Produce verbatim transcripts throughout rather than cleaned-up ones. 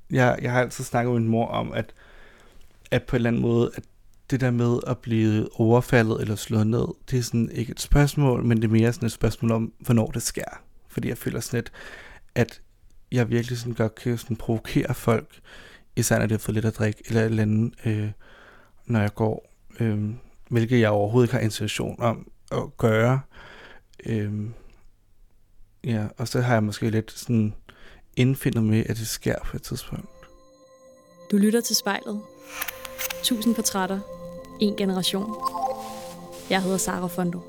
jeg, jeg har altid snakket med min mor om, at, at på en eller anden måde, at det der med at blive overfaldet eller slået ned, det er sådan ikke et spørgsmål, men det er mere sådan et spørgsmål om, hvornår det sker. Fordi jeg føler sådan lidt, at jeg virkelig sådan godt kan sådan provokere folk, især når de har fået lidt at drikke, eller et eller andet, øh, når jeg går, øh, hvilket jeg overhovedet ikke har intention om at gøre. Øh, ja, og så har jeg måske lidt sådan indfindet med, at det sker på et tidspunkt. Du lytter til Spejlet. Tusind portrætter. En generation. Jeg hedder Sara Fondo.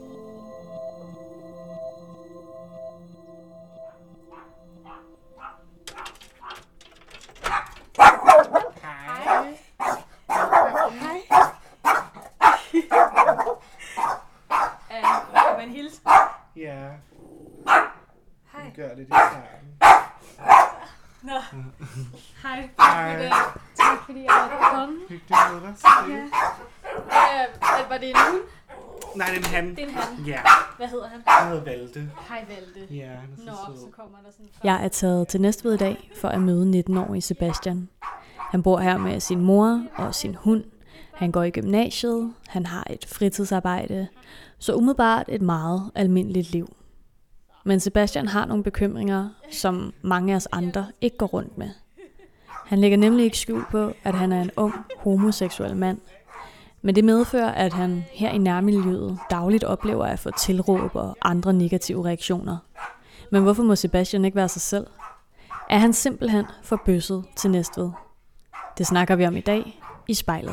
Ja. Hej. Gør det, det er Nå. Hej. Hej. Tak fordi jeg måtte komme. Hyggeligt med dig. Ja. Øh, var det en hund? Nej, det er en han. Det er en han. Ja. Hvad hedder han? Han hedder Valde. Hej Valde. Ja, han er så Nå, sød. så kommer der sådan en Jeg er taget til Næstved i dag for at møde nitten-årige Sebastian. Han bor her med sin mor og sin hund. Han går i gymnasiet. Han har et fritidsarbejde. Så umiddelbart et meget almindeligt liv. Men Sebastian har nogle bekymringer, som mange af os andre ikke går rundt med. Han lægger nemlig ikke skjul på, at han er en ung homoseksuel mand. Men det medfører, at han her i nærmiljøet dagligt oplever at få tilråb og andre negative reaktioner. Men hvorfor må Sebastian ikke være sig selv? Er han simpelthen for bøsset til Næstved? Det snakker vi om i dag i Spejlet.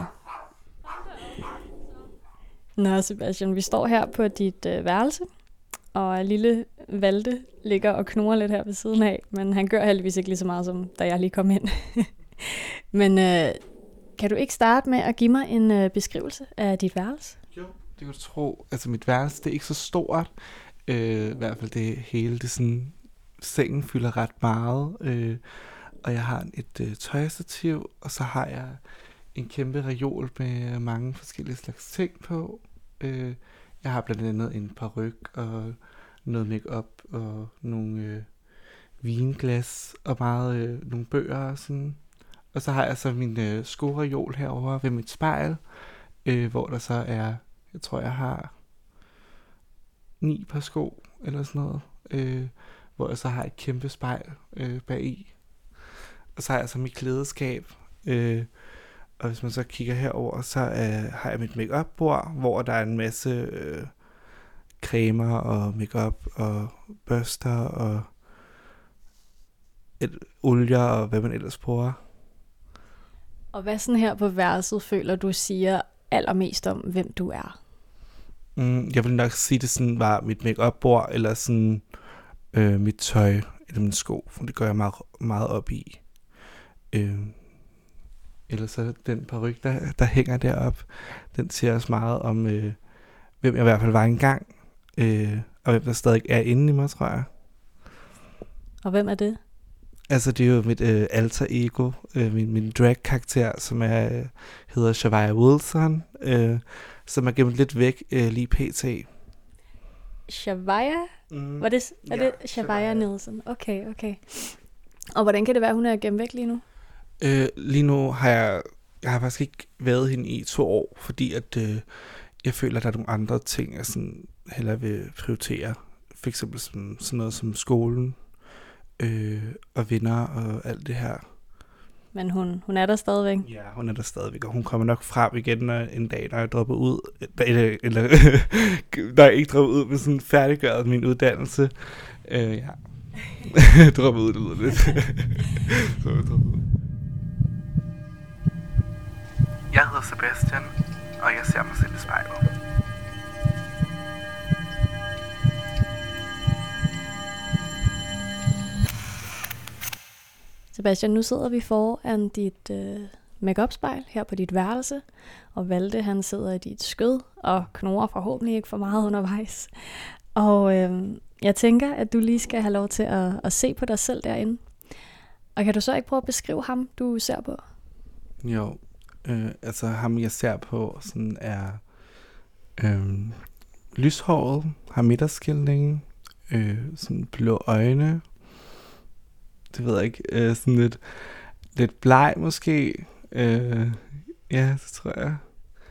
Nå Sebastian, vi står her på dit øh, værelse, og lille Valde ligger og knurrer lidt her ved siden af, men han gør heldigvis ikke lige så meget, som da jeg lige kom ind. Men øh, kan du ikke starte med at give mig en øh, beskrivelse af dit værelse? Jo, det kan du tro. Altså mit værelse, det er ikke så stort. Øh, I hvert fald det hele, det er sådan, sengen fylder ret meget. Øh, og jeg har et øh, tøjstativ, og så har jeg en kæmpe reol med mange forskellige slags ting på. Øh, jeg har blandt andet en paryk og noget makeup og nogle øh, vinglas og meget øh, nogle bøger og sådan. Og så har jeg så min øh, skoreol herovre ved mit spejl, øh, hvor der så er, jeg tror jeg har ni par sko eller sådan noget, øh, hvor jeg så har et kæmpe spejl øh, bagi. Og så har jeg så mit klædeskab, øh, og hvis man så kigger herover, så øh, har jeg mit make-up-bord, hvor der er en masse øh, cremer og make-up og børster og et, olier og hvad man ellers bruger. Og hvad sådan her på værelset føler du siger allermest om, hvem du er? Mm, jeg vil nok sige, det sådan var mit make-up-bord, eller sådan øh, mit tøj, eller mine sko, for det gør jeg meget, meget op i. Øh, eller så den paryk, der, der hænger deroppe, den siger også meget om, øh, hvem jeg i hvert fald var engang, øh, og hvem der stadig er inde i mig, tror jeg. Og hvem er det? Altså, det er jo mit øh, alter ego, øh, min, min drag-karakter, som er, øh, hedder Shavaya Wilson, øh, som er gemt lidt væk øh, lige pt. Shavaya? Mm. Var det, er Ja, det Shavaya Shavaya. Nielsen? Okay, okay. Og hvordan kan det være, hun er gemt væk lige nu? Øh, lige nu har jeg, jeg har faktisk ikke været hende i to år, fordi at øh, jeg føler, at der er nogle andre ting, jeg sådan hellere vil prioritere. For eksempel sådan, sådan noget som skolen øh, og venner og alt det her. Men hun, hun er der stadigvæk. Ja, hun er der stadigvæk, og hun kommer nok frem igen når, en dag, når jeg dropper ud. Eller, eller når jeg ikke dropper ud med sådan færdiggøret min uddannelse. Øh, ja. Dropper ud, det lyder lidt. Så jeg dropper ud. Jeg hedder Sebastian, og jeg ser mig selv i spejlet. Sebastian, nu sidder vi foran dit øh, make-up-spejl her på dit værelse, og Valde, han sidder i dit skød og knurrer forhåbentlig ikke for meget undervejs. Og øh, jeg tænker, at du lige skal have lov til at, at se på dig selv derinde. Og kan du så ikke prøve at beskrive ham, du ser på? Jo, øh, altså ham jeg ser på sådan er øh, lyshåret, har midterskilning, øh, sådan blå øjne, det ved jeg ikke, øh, sådan lidt, lidt bleg måske. Øh, ja, det tror jeg.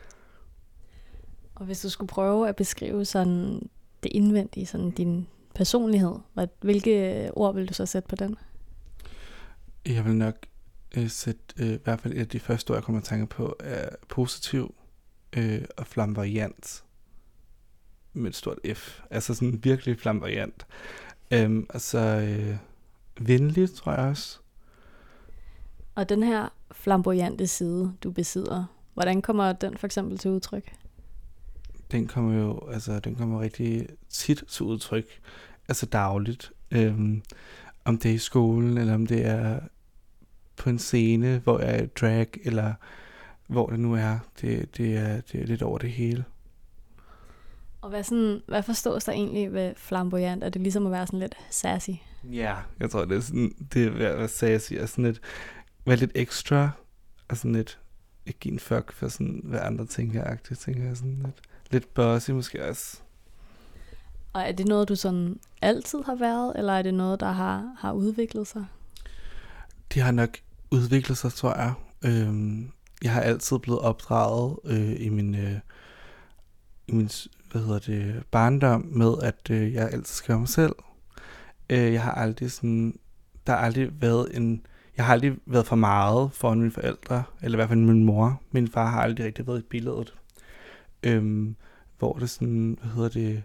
Og hvis du skulle prøve at beskrive sådan det indvendige, sådan din personlighed, hvad, hvilke ord vil du så sætte på den? Jeg vil nok øh, sætte, øh, i hvert fald et af de første ord, jeg kommer at tænke på, er positiv øh, og flamboyant. Med et stort F. Altså sådan virkelig flamboyant. Øhm, altså øh, venlig, tror jeg også. Og den her flamboyante side, du besidder, hvordan kommer den for eksempel til udtryk? Den kommer jo, altså den kommer rigtig tit til udtryk, altså dagligt. Øhm, om det er i skolen, eller om det er på en scene, hvor jeg er i drag, eller hvor det nu er. Det, det, er, det er lidt over det hele. Og hvad, sådan, hvad forstås der egentlig ved flamboyant? Er det ligesom at være sådan lidt sassy? Ja, jeg tror, det er sådan, det er ved at være sassy, og sådan lidt, være lidt ekstra, og sådan lidt, ikke give en fuck for sådan, hvad andre tænker-agtigt, tænker jeg sådan lidt, lidt bossy måske også. Og er det noget, du sådan altid har været, eller er det noget, der har, har udviklet sig? Det har nok udviklet sig, tror jeg. Øhm, jeg har altid blevet opdraget øh, i min, øh, i min hvad hedder det, barndom med, at øh, jeg altid skal være mig selv. Øh, jeg har aldrig sådan, der har aldrig været en, jeg har aldrig været for meget foran mine forældre, eller i hvert fald min mor. Min far har aldrig rigtig været i billedet. Øhm, hvor det sådan, hvad hedder det,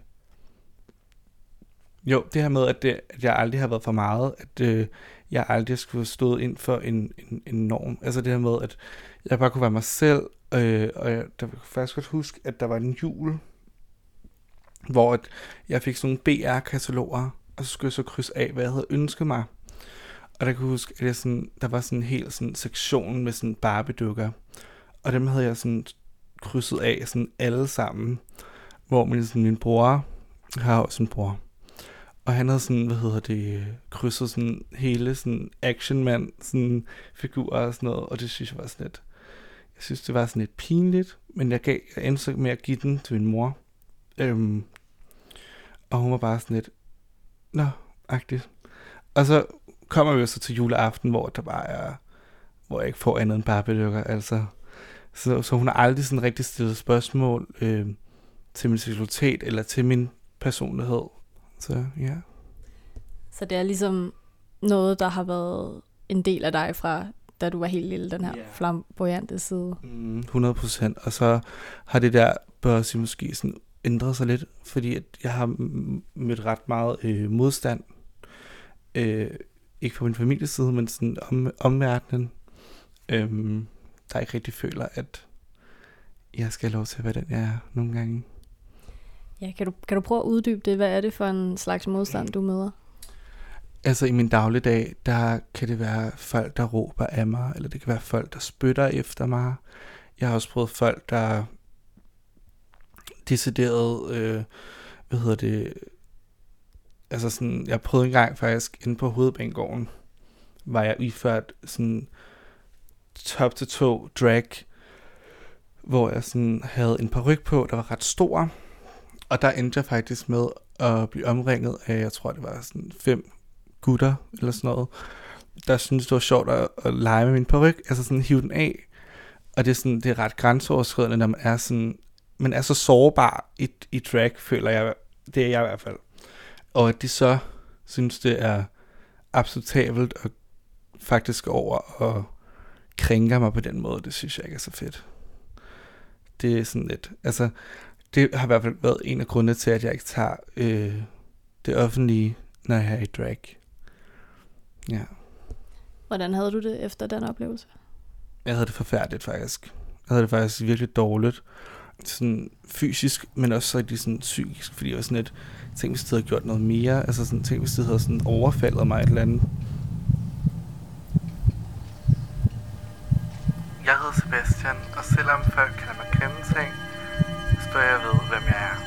jo, det her med, at, det, at jeg aldrig har været for meget, at øh, jeg aldrig skulle have stået ind for en, en, en norm. Altså det her med, at jeg bare kunne være mig selv, øh, og jeg der kunne faktisk godt huske, at der var en jul, hvor at jeg fik sådan nogle B R-kataloger, og så skulle jeg så krydse af, hvad jeg havde ønsket mig. Og der kunne jeg huske, at jeg sådan, der var sådan en hel sådan sektion med sådan Barbie-dukker, og dem havde jeg sådan krydset af sådan alle sammen, hvor min, sådan, min bror, jeg har også en bror, og han havde sådan, hvad hedder det, krydset sådan hele sådan actionmand, sådan figurer og sådan noget, og det synes jeg var sådan lidt, jeg synes det var sådan lidt pinligt, men jeg gav, jeg endte så med at give den til min mor, øhm, og hun var bare sådan lidt, nå, agtigt. Og så kommer vi jo så til juleaften, hvor der bare er, hvor jeg ikke får andet end Barbie-dukker, altså. Så, så hun har aldrig sådan rigtig stillet spørgsmål øh, til min seksualitet, eller til min personlighed. Så ja. Så det er ligesom noget, der har været en del af dig fra, da du var helt lille, den her yeah. flamboyante side. Mm, hundrede procent. Og så har det der bossy måske sådan ændret sig lidt, fordi at jeg har mødt ret meget øh, modstand. Øh, ikke fra min families side, men sådan om, omverdenen. Øh, der ikke rigtig føler, at jeg skal have lov til at være den, jeg er nogle gange. Ja, kan du, kan du prøve at uddybe det? Hvad er det for en slags modstand, du møder? Altså i min dagligdag, der kan det være folk, der råber af mig, eller det kan være folk, der spytter efter mig. Jeg har også prøvet folk, der decideret, øh, hvad hedder det, altså sådan, jeg prøvede engang faktisk inde på Hovedbanegården, var jeg iført sådan top til to drag, hvor jeg sådan havde en paryk på, der var ret stor, og der endte jeg faktisk med at blive omringet af, jeg tror det var sådan fem gutter, eller sådan noget, der syntes det var sjovt at, at lege med min paryk, altså sådan hive den af, og det er sådan, det er ret grænseoverskridende, når man er sådan, man er så sårbar i, i drag, føler jeg, det er jeg i hvert fald, og at de så synes det er acceptabelt og faktisk over og krænker mig på den måde, det synes jeg ikke er så fedt. Det er sådan lidt, altså, det har i hvert fald været en af grundene til, at jeg ikke tager øh, det offentlige, når jeg er i drag. Ja. Hvordan havde du det efter den oplevelse? Jeg havde det forfærdeligt faktisk. Jeg havde det faktisk virkelig dårligt. Sådan fysisk, men også rigtig sådan psykisk, fordi jeg var sådan lidt, tænk hvis det havde gjort noget mere, altså sådan, tænk hvis det havde sådan overfaldet mig et eller andet. Jeg hedder Sebastian, og selvom folk kalder mig grimme ting, står jeg ved, hvem jeg er.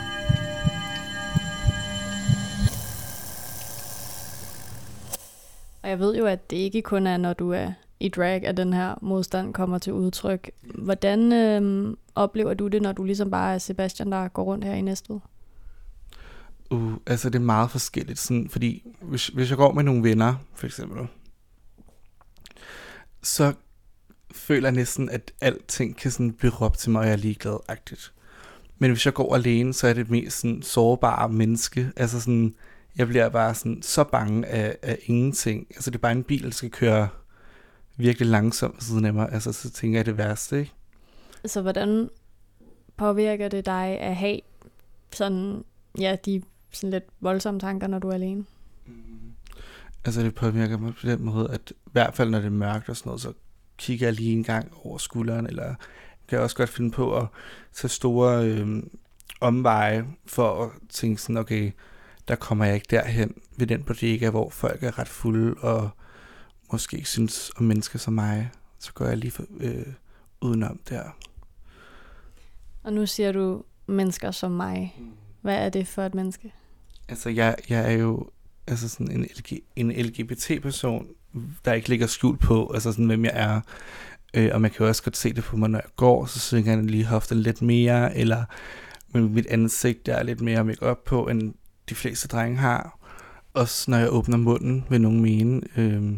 Og jeg ved jo, at det ikke kun er, når du er i drag, at den her modstand kommer til udtryk. Hvordan øh, oplever du det, når du ligesom bare er Sebastian, der går rundt her i Næstved? Uh, altså det er meget forskelligt, sådan, fordi hvis, hvis jeg går med nogle venner, for eksempel, så føler jeg næsten, at alting kan sådan blive råbt til mig, og jeg er ligeglad-agtigt. Men hvis jeg går alene, så er det mest sådan sårbare menneske. Altså sådan, jeg bliver bare sådan så bange af, af ingenting. Altså det er bare en bil, der skal køre virkelig langsomt siden af mig. Altså så tænker jeg det værste, ikke? Så hvordan påvirker det dig at have sådan, ja, de sådan lidt voldsomme tanker, når du er alene? Mm. Altså det påvirker mig på den måde, at i hvert fald når det er mørkt og sådan noget, så kigger jeg lige en gang over skulderen, eller kan jeg også godt finde på at tage store øh, omveje for at tænke sådan, okay, der kommer jeg ikke derhen ved den bodega, hvor folk er ret fulde og måske ikke synes om mennesker som mig, så går jeg lige for, øh, udenom der. Og nu siger du mennesker som mig. Hvad er det for et menneske? Altså jeg, jeg er jo altså sådan en, L G, en L G B T-person, der ikke ligger skjult på, altså sådan, hvem jeg er. Øh, og man kan jo også godt se det på mig, når jeg går, så synes jeg lige hoften lidt mere, eller med mit ansigt, der er lidt mere make-up på, end de fleste drenge har. Også når jeg åbner munden, vil nogen mene. Øh,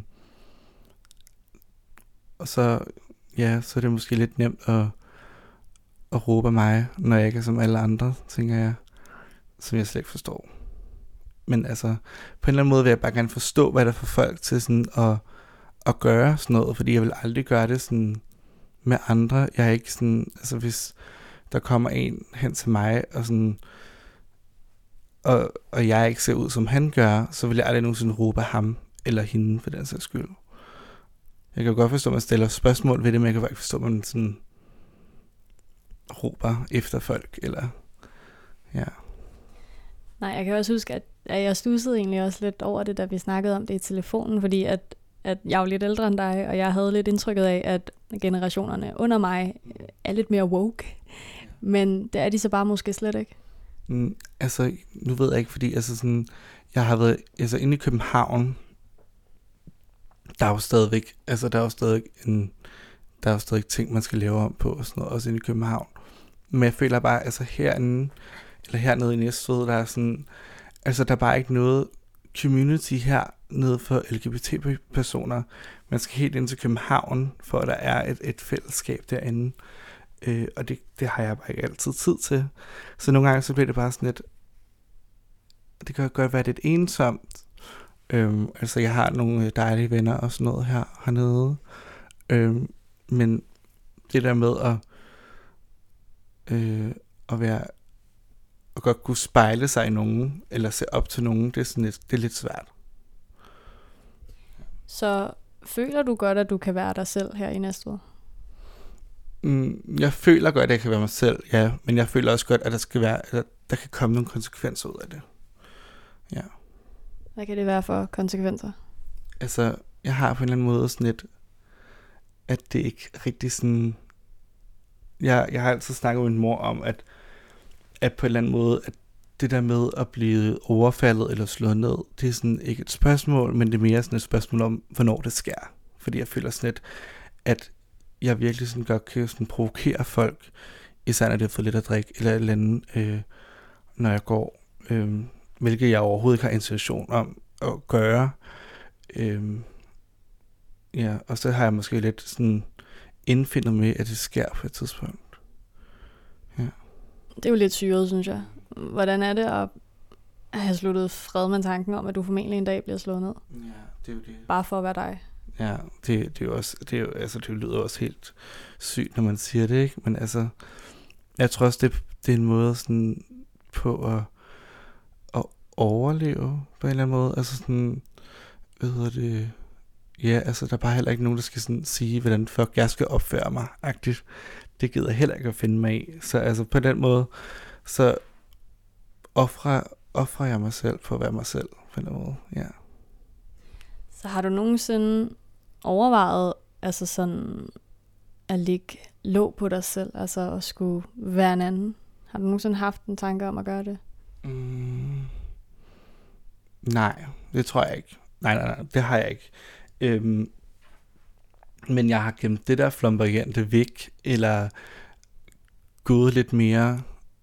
og så, ja, så er det måske lidt nemt at, at råbe af mig, når jeg ikke er som alle andre, tænker jeg, som jeg slet ikke forstår. Men altså, på en eller anden måde vil jeg bare gerne forstå, hvad der får folk til sådan at, at gøre sådan noget, fordi jeg vil aldrig gøre det sådan med andre. Jeg er ikke sådan, altså hvis der kommer en hen til mig, og sådan, og, og jeg ikke ser ud, som han gør, så vil jeg aldrig nogensinde råbe af ham, eller hende, for den sags skyld. Jeg kan godt forstå, at man stiller spørgsmål ved det, men jeg kan bare ikke forstå, at man sådan råber efter folk, eller ja. Nej, jeg kan også huske, at jeg stussede egentlig også lidt over det, da vi snakkede om det i telefonen, fordi at, at jeg er jo lidt ældre end dig, og jeg havde lidt indtrykket af, at generationerne under mig er lidt mere woke. Men det er de så bare måske slet ikke. Mm, altså, nu ved jeg ikke, fordi altså sådan, jeg har været, altså inde i København, der er jo stadigvæk, altså der er jo stadig en, der er jo stadig ting, man skal lave om på, og sådan noget, også inde i København. Men jeg føler bare, altså herinde, eller hernede i Næstved, der er sådan, altså der er bare ikke noget community her nede for L G B T-personer. Man skal helt ind til København, for at der er et, et fællesskab derinde. Øh, og det, det har jeg bare ikke altid tid til. Så nogle gange så bliver det bare sådan lidt, det kan godt være lidt ensomt. Øhm, altså jeg har nogle dejlige venner og sådan noget her hernede. Øhm, men det der med at, øh, at være og godt kunne spejle sig i nogen, eller se op til nogen, det er, sådan lidt, det er lidt svært. Så føler du godt, at du kan være dig selv her i Næstved? Mm, jeg føler godt, at jeg kan være mig selv, ja, men jeg føler også godt, at der skal være, at der kan komme nogle konsekvenser ud af det. Ja. Hvad kan det være for konsekvenser? Altså, jeg har på en eller anden måde sådan lidt, at det ikke rigtig sådan, jeg, jeg har altid snakket med min mor om, at at på en eller anden måde, at det der med at blive overfaldet eller slået ned, det er sådan ikke et spørgsmål, men det er mere sådan et spørgsmål om, hvornår det sker. Fordi jeg føler sådan lidt, at jeg virkelig sådan godt kan sådan provokere folk, især når det har fået lidt at drikke, eller et eller andet, øh, når jeg går, øh, hvilket jeg overhovedet ikke har intention om at gøre. Øh, ja, og så har jeg måske lidt sådan indfindet med, at det sker på et tidspunkt. Ja. Det er jo lidt syret, synes jeg. Hvordan er det at have sluttet fred med tanken om, at du formentlig en dag bliver slået ned? Ja, det er jo det. Bare for at være dig. Ja, det, det er jo også, det er jo, altså det lyder også helt sygt, når man siger det, ikke? Men altså, jeg tror også, det, det er en måde sådan på at, at overleve på en eller anden måde. Altså sådan, hvad hedder det? Ja, altså der er bare heller ikke nogen, der skal sådan sige, hvordan fuck jeg skal opføre mig, agtigt. Det gider jeg heller ikke at finde mig i. Så altså på den måde, så offrer, offrer jeg mig selv på at være mig selv, på den måde, ja. Så har du nogensinde overvejet, altså sådan, at lægge låg på dig selv, altså at skulle være en anden? Har du nogensinde haft en tanke om at gøre det? Mm. Nej, det tror jeg ikke. Nej, nej, nej, det har jeg ikke. Øhm, men jeg har gemt det der flamboyante væk, eller gået lidt mere,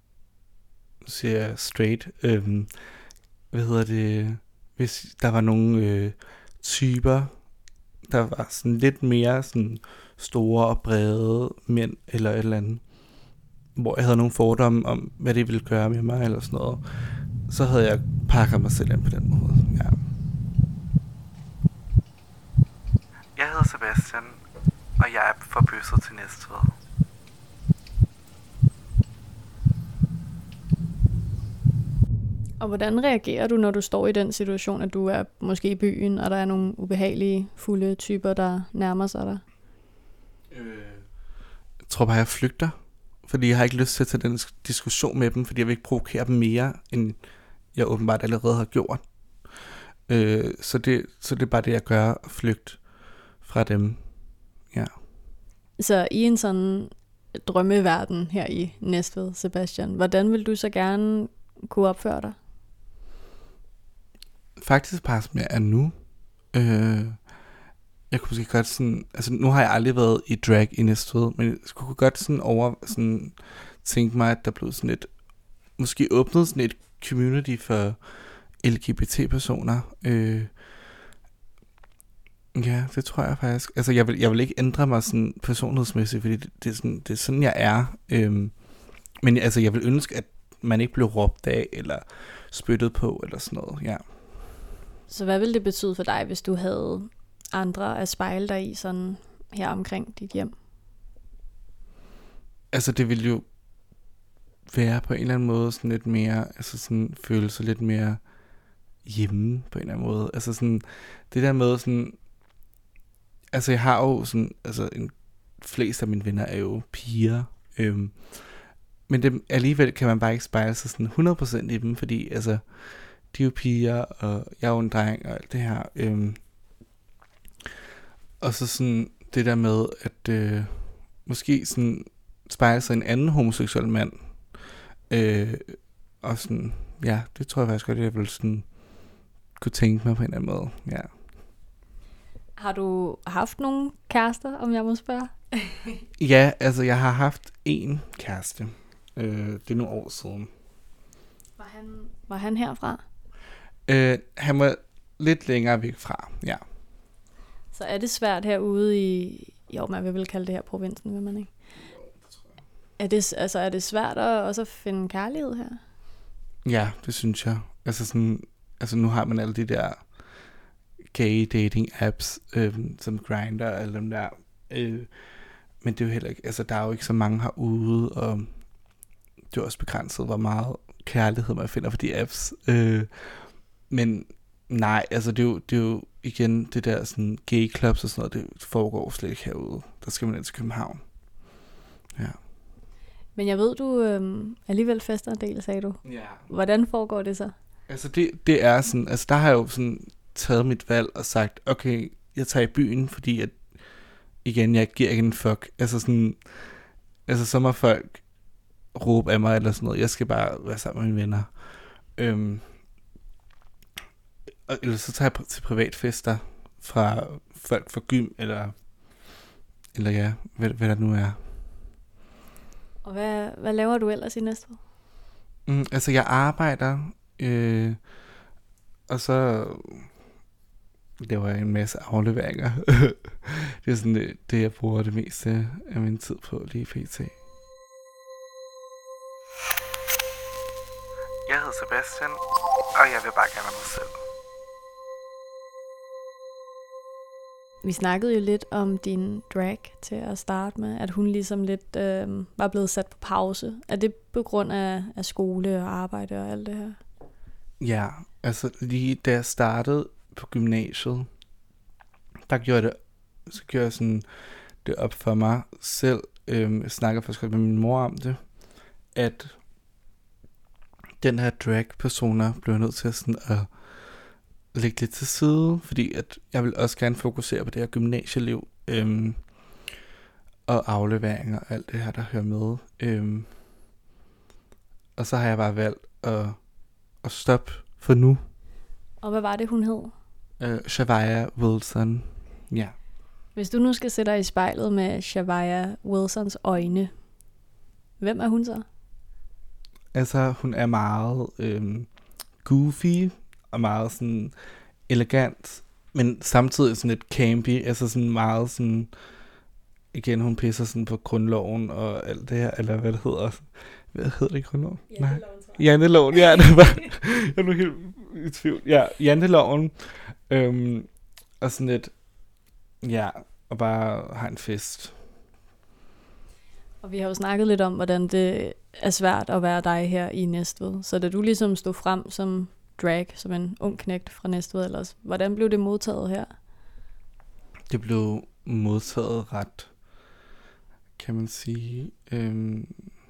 siger jeg straight, øhm, hvad hedder det, hvis der var nogle øh, typer, der var sådan lidt mere sådan store og brede mænd, eller et eller andet, hvor jeg havde nogle fordomme om, hvad det ville gøre med mig, eller sådan noget, så havde jeg pakket mig selv ind på den måde, ja. Jeg hedder Sebastian, og jeg er fra Bøsset til Næstved. Og hvordan reagerer du, når du står i den situation, at du er måske i byen, og der er nogle ubehagelige, fulde typer, der nærmer sig dig? Øh, jeg tror bare, jeg flygter. Fordi jeg har ikke lyst til at tage den diskussion med dem, fordi jeg vil ikke provokere dem mere, end jeg åbenbart allerede har gjort. Øh, så, det, så det er bare det, jeg gør, flygt fra dem. Ja. Så i en sådan drømmeverden her i Næstved, Sebastian, hvordan vil du så gerne kunne opføre dig? Faktisk bare som jeg er nu. Øh, jeg kunne måske godt sådan, altså nu har jeg aldrig været i drag i Næstved, men jeg kunne godt sådan over, sådan tænke mig, at der blev sådan et, måske åbnet sådan et community for L G B T-personer. Øh, ja, det tror jeg faktisk. Altså jeg vil, jeg vil ikke ændre mig sådan personlighedsmæssigt, fordi det, det, er, sådan, det er sådan, jeg er. Øh, men altså jeg vil ønske, at man ikke blev råbt af, eller spyttet på, eller sådan noget, ja. Så hvad ville det betyde for dig, hvis du havde andre at spejle dig i sådan her omkring dit hjem? Altså det ville jo være på en eller anden måde sådan lidt mere, altså sådan føle sig lidt mere hjemme på en eller anden måde. Altså sådan, det der med sådan, altså jeg har jo sådan, altså en, flest af mine venner er jo piger, øhm, men det, alligevel kan man bare ikke spejle sig sådan hundrede procent i dem, fordi altså, de er jo piger, og jeg er jo en dreng, og alt det her. Øhm. Og så sådan det der med, at øh, måske sådan spejle sig en anden homoseksuel mand. Øh, og sådan, ja, det tror jeg faktisk godt, jeg ville sådan kunne tænke mig på en eller anden måde, ja. Har du haft nogle kærester, om jeg må spørge? Ja, altså jeg har haft en kæreste. Øh, det er nogle år siden. Var han, var han herfra? Øh, han var lidt længere væk fra, ja. Så er det svært herude i, jo, man vil vel kalde det her provinsen, vil man ikke? Er det, altså, er det svært at også finde kærlighed her? Ja, det synes jeg. Altså sådan, altså nu har man alle de der gay dating apps, øh, som Grindr og alle dem der. Øh, men det er jo heller ikke, altså der er jo ikke så mange herude, og det er også begrænset, hvor meget kærlighed man finder på de apps. Øh, men nej, altså det er, jo, det er jo igen det der sådan gay clubs og sådan noget, det foregår slet ikke herude. Der skal man ind til København. Ja. Men jeg ved, du øh, alligevel fester en del, sagde du. Ja. Hvordan foregår det så? Altså det, det er sådan, altså der har jeg jo sådan taget mit valg og sagt, okay, jeg tager i byen, fordi at, igen, jeg giver ikke en fuck. Altså sådan, altså så må folk råbe af mig eller sådan noget. Jeg skal bare være sammen med mine venner. Øhm, eller så tager jeg til privatfester fra folk fra gym, eller, eller ja, hvad, hvad der nu er. Og hvad, hvad laver du ellers i Næstved? Mm, altså jeg arbejder, øh, og så laver jeg en masse afleveringer. Det er sådan det, det, jeg bruger det meste af min tid på lige pt. Jeg hedder Sebastian, og jeg vil bare gerne være mig selv. Vi snakkede jo lidt om din drag til at starte med, at hun ligesom lidt øh, var blevet sat på pause. Er det på grund af, af skole og arbejde og alt det her? Ja, altså lige da jeg startede på gymnasiet, der gjorde det, så gjorde jeg sådan det op for mig selv. Øhm, jeg snakker faktisk godt med min mor om det, at den her drag-personer blev nødt til sådan at lægge lidt til side, fordi at jeg vil også gerne fokusere på det her gymnasieliv, øhm, og afleveringer og alt det her, der hører med. Øhm, og så har jeg bare valgt at, at stoppe for nu. Og hvad var det, hun hed? Øh, Shavaya Wilson, ja. Hvis du nu skal sætte dig i spejlet med Shavaya Wilsons øjne, hvem er hun så? Altså, hun er meget øhm, goofy og meget sådan elegant, Men samtidig sådan lidt campy, altså sådan meget sådan, igen, hun pisser sådan på grundloven og alt det her, eller hvad det hedder. Hvad hedder det, grundloven? Nej. Janteloven, ja, det var, jeg er nu helt i tvivl. Ja, janteloven. Øhm, og sådan lidt, ja, og bare have en fest. Og vi har jo snakket lidt om, hvordan det er svært at være dig her i Næstved. Så da du ligesom stod frem som drag, som en ung knægt fra Næstved ellers, hvordan blev det modtaget her? Det blev modtaget ret, kan man sige, øhm,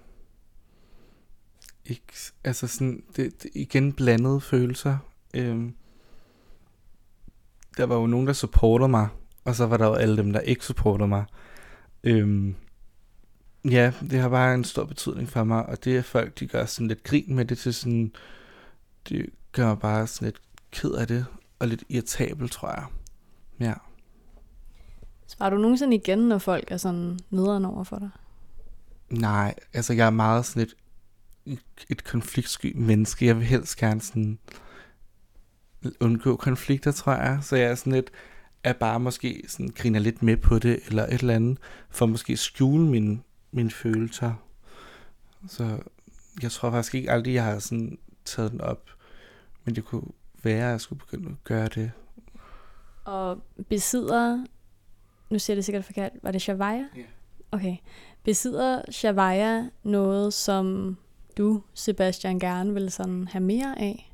ikke, altså sådan, det, det igen blandede følelser. Øhm, der var jo nogen, der supportede mig, og så var der jo alle dem, der ikke supportede mig. Øhm, ja, det har bare en stor betydning for mig, og det er folk, de gør sådan lidt grin med det til sådan, det gør mig bare sådan lidt ked af det, og lidt irritabel, tror jeg. Ja. Svarer du nogensinde igen, når folk er sådan nederen over for dig? Nej, altså jeg er meget sådan et, et konfliktsky menneske. Jeg vil helst gerne sådan undgå konflikter, tror jeg. Så jeg er sådan lidt, er bare måske sådan griner lidt med på det, eller et eller andet, for måske at skjule mine, mine følelser. Så jeg tror faktisk ikke aldrig, jeg har sådan taget den op. Men det kunne være, at jeg skulle begynde at gøre det. Og besidder, nu siger jeg det sikkert forkert, var det Shavaya? Ja. Okay. Besidder Shavaya noget, som du, Sebastian, gerne vil sådan have mere af?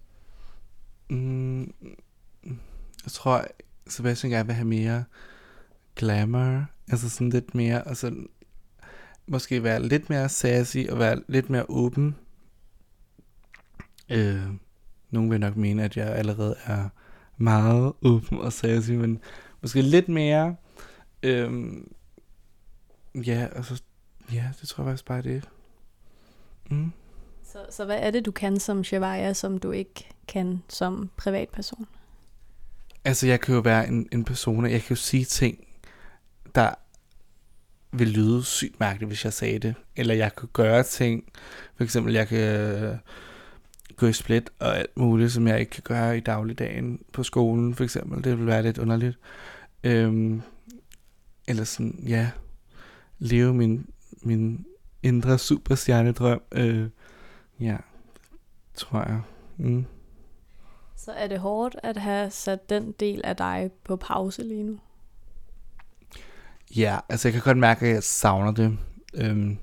Mm, jeg tror, Sebastian gerne vil have mere glamour. Altså sådan lidt mere, altså måske være lidt mere sassy og være lidt mere åben. Øh, nogen vil nok mene, at jeg allerede er meget åben og sassy, men måske lidt mere. Øh, ja, altså, ja, det tror jeg faktisk bare det. Mm. Så, så hvad er det, du kan som Shavaya, som du ikke kan som privatperson? Altså, jeg kan jo være en, en person, jeg kan jo sige ting, der vil lyde sygt mærkeligt, hvis jeg sagde det. Eller jeg kan gøre ting, for eksempel, jeg kan øh, gå i split og alt muligt, som jeg ikke kan gøre i dagligdagen på skolen, for eksempel. Det vil være lidt underligt. Øhm, eller sådan, ja, leve min, min indre superstjernedrøm. Øh, ja, tror jeg. Mm. Så er det hårdt at have sat den del af dig på pause lige nu? Ja, altså jeg kan godt mærke, at jeg savner det. Øhm,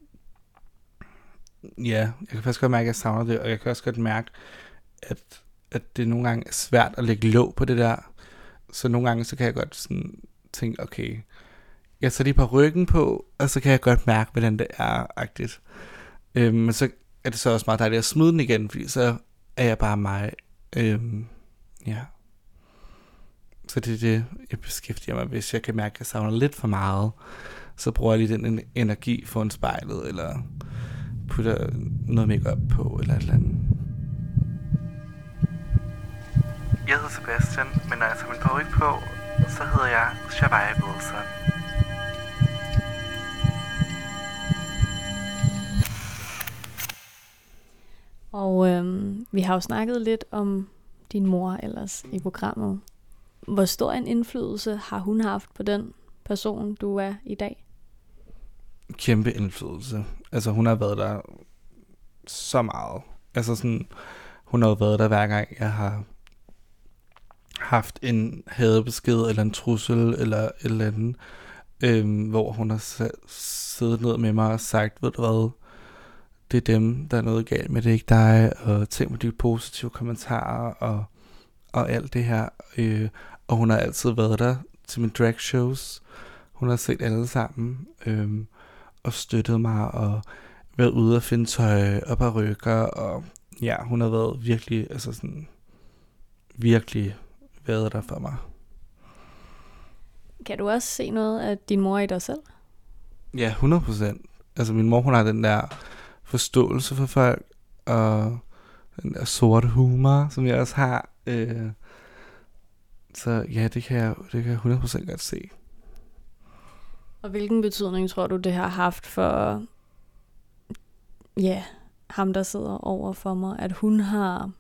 ja, jeg kan faktisk godt mærke, at jeg savner det, og jeg kan også godt mærke, at, at det nogle gange er svært at lægge låg på det der. Så nogle gange, så kan jeg godt sådan tænke, okay, jeg tager lige på ryggen på, og så kan jeg godt mærke, hvordan det er agtigt. Øhm, men så er det så også meget dejligt at smide den igen, fordi så er jeg bare mig. Øhm, ja. Så det er det, jeg beskæftiger mig. Hvis jeg kan mærke, at jeg savner lidt for meget, så bruger jeg lige den energi foran spejlet, eller putter noget makeup på, eller et eller andet. Jeg hedder Sebastian, men når jeg tager min paryk på, så hedder jeg Shavaya Wilson. Og øhm, vi har jo snakket lidt om din mor ellers i programmet. Hvor stor en indflydelse har hun haft på den person, du er i dag? Kæmpe indflydelse. Altså hun har været der så meget. Altså sådan, hun har været der hver gang jeg har haft en hadebesked eller en trussel eller et eller andet, øhm, hvor hun har siddet ned med mig og sagt, ved du hvad, det er dem, der er noget galt med, det er ikke dig, og tænk på de positive kommentarer og, og alt det her. Øh, og hun har altid været der til mine drag shows. Hun har set alle sammen øh, og støttet mig og været ude og finde tøj og parykker, og ja, hun har været virkelig, altså sådan, virkelig været der for mig. Kan du også se noget af din mor i dig selv? Ja, hundrede procent. Altså min mor, hun har den der forståelse for folk, og den der sorte humor, som jeg også har. Øh, så ja, det kan jeg, det kan jeg hundrede procent godt se. Og hvilken betydning tror du, det har haft for ja, ham, der sidder over for mig, at hun har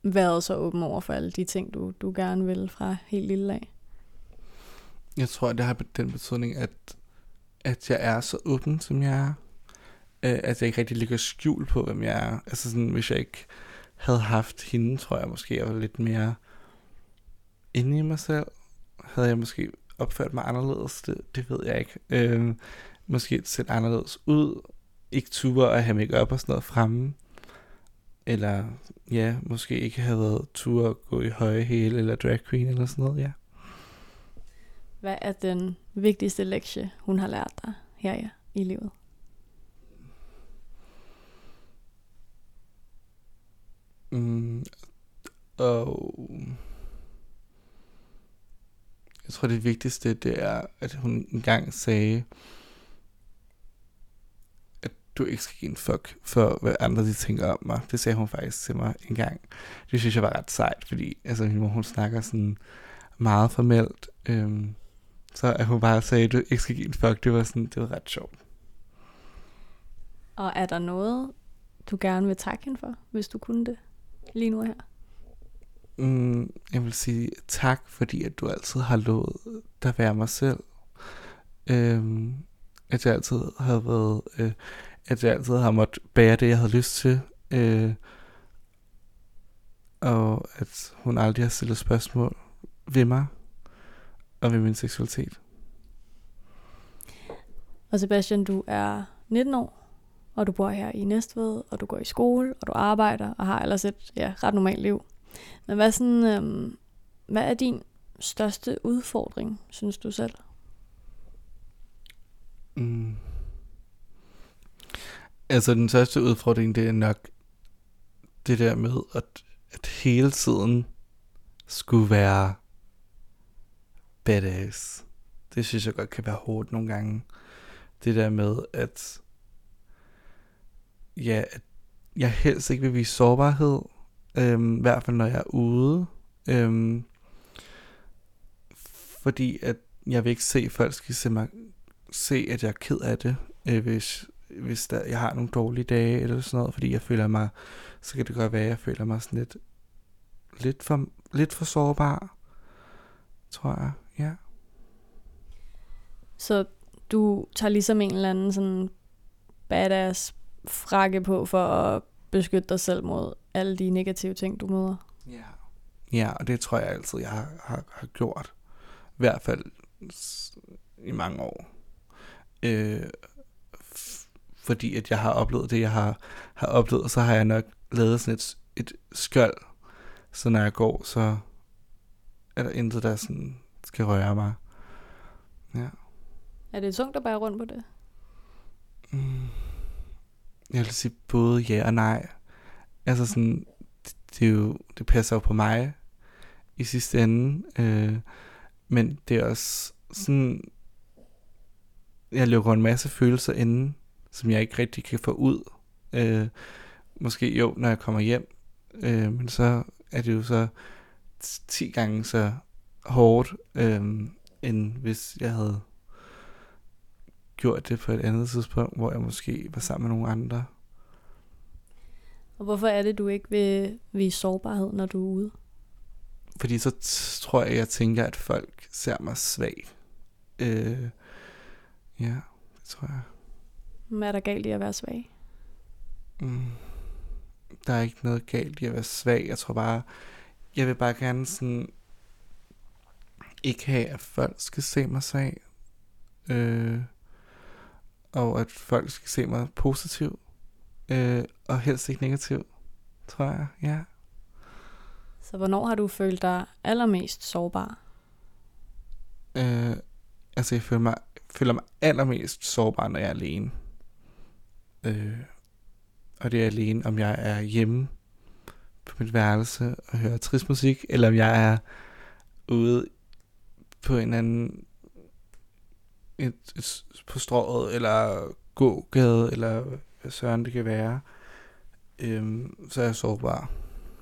været så åben over for alle de ting, du, du gerne vil fra helt lille af? Jeg tror, det har den betydning, at, at jeg er så åben, som jeg er. Øh, at jeg ikke rigtig ligger skjul på, hvem jeg er. Altså sådan, hvis jeg ikke havde haft hende, tror jeg måske, jeg var lidt mere inde i mig selv. Havde jeg måske opført mig anderledes, det, det ved jeg ikke. Øh, måske set anderledes ud. Ikke ture at have make-up og sådan noget fremme. Eller ja, måske ikke have været ture at gå i høje hæle eller drag queen eller sådan noget, ja. Hvad er den vigtigste lektie, hun har lært dig her ja, i livet? Mm, og jeg tror, det vigtigste, det er, at hun engang sagde, at du ikke skal give en fuck for, hvad andre de tænker om mig. Det sagde hun faktisk til mig en gang. Det synes jeg var ret sejt, fordi altså, min mor, hun snakker sådan meget formelt. Øhm, så at hun bare sagde, at du ikke skal give en fuck, det var, sådan, det var ret sjovt. Og er der noget, du gerne vil takke hende for, hvis du kunne det lige nu her? Mm, jeg vil sige tak, fordi at du altid har lovet dig være mig selv. Øhm, at jeg altid har været, øh, at jeg altid har måttet bære det, jeg havde lyst til. Øh, og at hun aldrig har stillet spørgsmål ved mig og ved min seksualitet. Og Sebastian, du er nitten år, og du bor her i Næstved, og du går i skole, og du arbejder, og har ellers et ja, ret normalt liv. Men hvad, sådan, øhm, hvad er din største udfordring, synes du selv? Mm. Altså den største udfordring, det er nok det der med, at, at hele tiden skulle være badass. Det synes jeg godt kan være hårdt nogle gange. Det der med, at ja, at jeg helst ikke vil vise sårbarhed. Øhm, I hvert fald når jeg er ude. Øhm, fordi at jeg vil ikke se, at folk skal se, mig, se at jeg er ked af det, øh, hvis, hvis der, jeg har nogle dårlige dage eller sådan noget, fordi jeg føler mig, så kan det godt være, at jeg føler mig sådan lidt, lidt for, lidt for sårbar, tror jeg, ja. Så du tager ligesom en eller anden sådan badass frakke på for at beskytte dig selv mod alle de negative ting, du møder? Ja, ja, og det tror jeg altid, jeg har, har, har gjort. I hvert fald i mange år. Øh, f- fordi at jeg har oplevet det, jeg har, har oplevet, så har jeg nok lavet sådan et, et skjold. Så når jeg går, så er der intet, der sådan skal røre mig. Ja. Er det tungt at bære rundt på det? Mm. Jeg vil sige både ja og nej. Altså sådan, det, det, er jo, det passer jo på mig i sidste ende. Øh, men det er også sådan, jeg lukker en masse følelser inde, som jeg ikke rigtig kan få ud. Øh, måske jo, når jeg kommer hjem. Øh, men så er det jo så ti gange så hårdt, øh, end hvis jeg havde gjort det på et andet tidspunkt, hvor jeg måske var sammen med nogle andre. Og hvorfor er det, du ikke vil vise sårbarhed, når du er ude? Fordi så t- tror jeg, jeg tænker, at folk ser mig svag. Øh, ja, det tror jeg. Hvad er der galt i at være svag? Mm. Der er ikke noget galt i at være svag. Jeg tror bare, jeg vil bare gerne sådan ikke have, at folk skal se mig svag. Øh, og at folk skal se mig positiv. Øh, og helst ikke negativ, tror jeg, ja. Så hvornår har du følt dig allermest sårbar? Øh, altså jeg føler mig, føler mig allermest sårbar, når jeg er alene. Øh, og det er alene, om jeg er hjemme på mit værelse og hører trist musik, eller om jeg er ude på en anden et, et, på strået, eller gågade, eller hvad søren det kan være. Øh, så er jeg sårbar.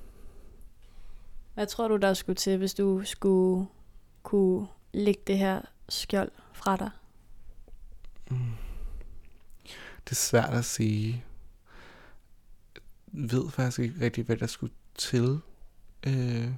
Hvad tror du, der skulle til, hvis du skulle kunne lægge det her skjold fra dig? Mm. Det er svært at sige. Jeg ved faktisk ikke rigtig, hvad der skulle til. Øh,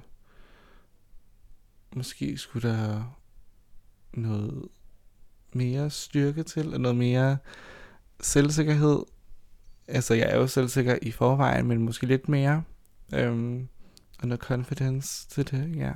måske skulle der noget mere styrke til, og noget mere selvsikkerhed. Altså, jeg er jo selvsikker i forvejen, men måske lidt mere. Øhm, og noget confidence til det, ja.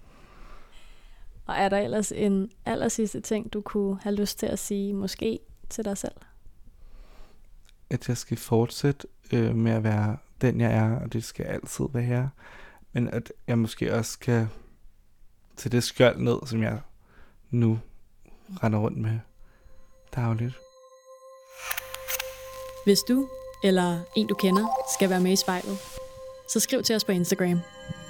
Og er der ellers en aller sidste ting, du kunne have lyst til at sige, måske til dig selv? At jeg skal fortsætte øh, med at være den, jeg er, og det skal altid være. Men at jeg måske også skal tage det skjold ned, som jeg nu render rundt med dagligt. Hvis du eller en, du kender, skal være med i spejlet, så skriv til os på Instagram.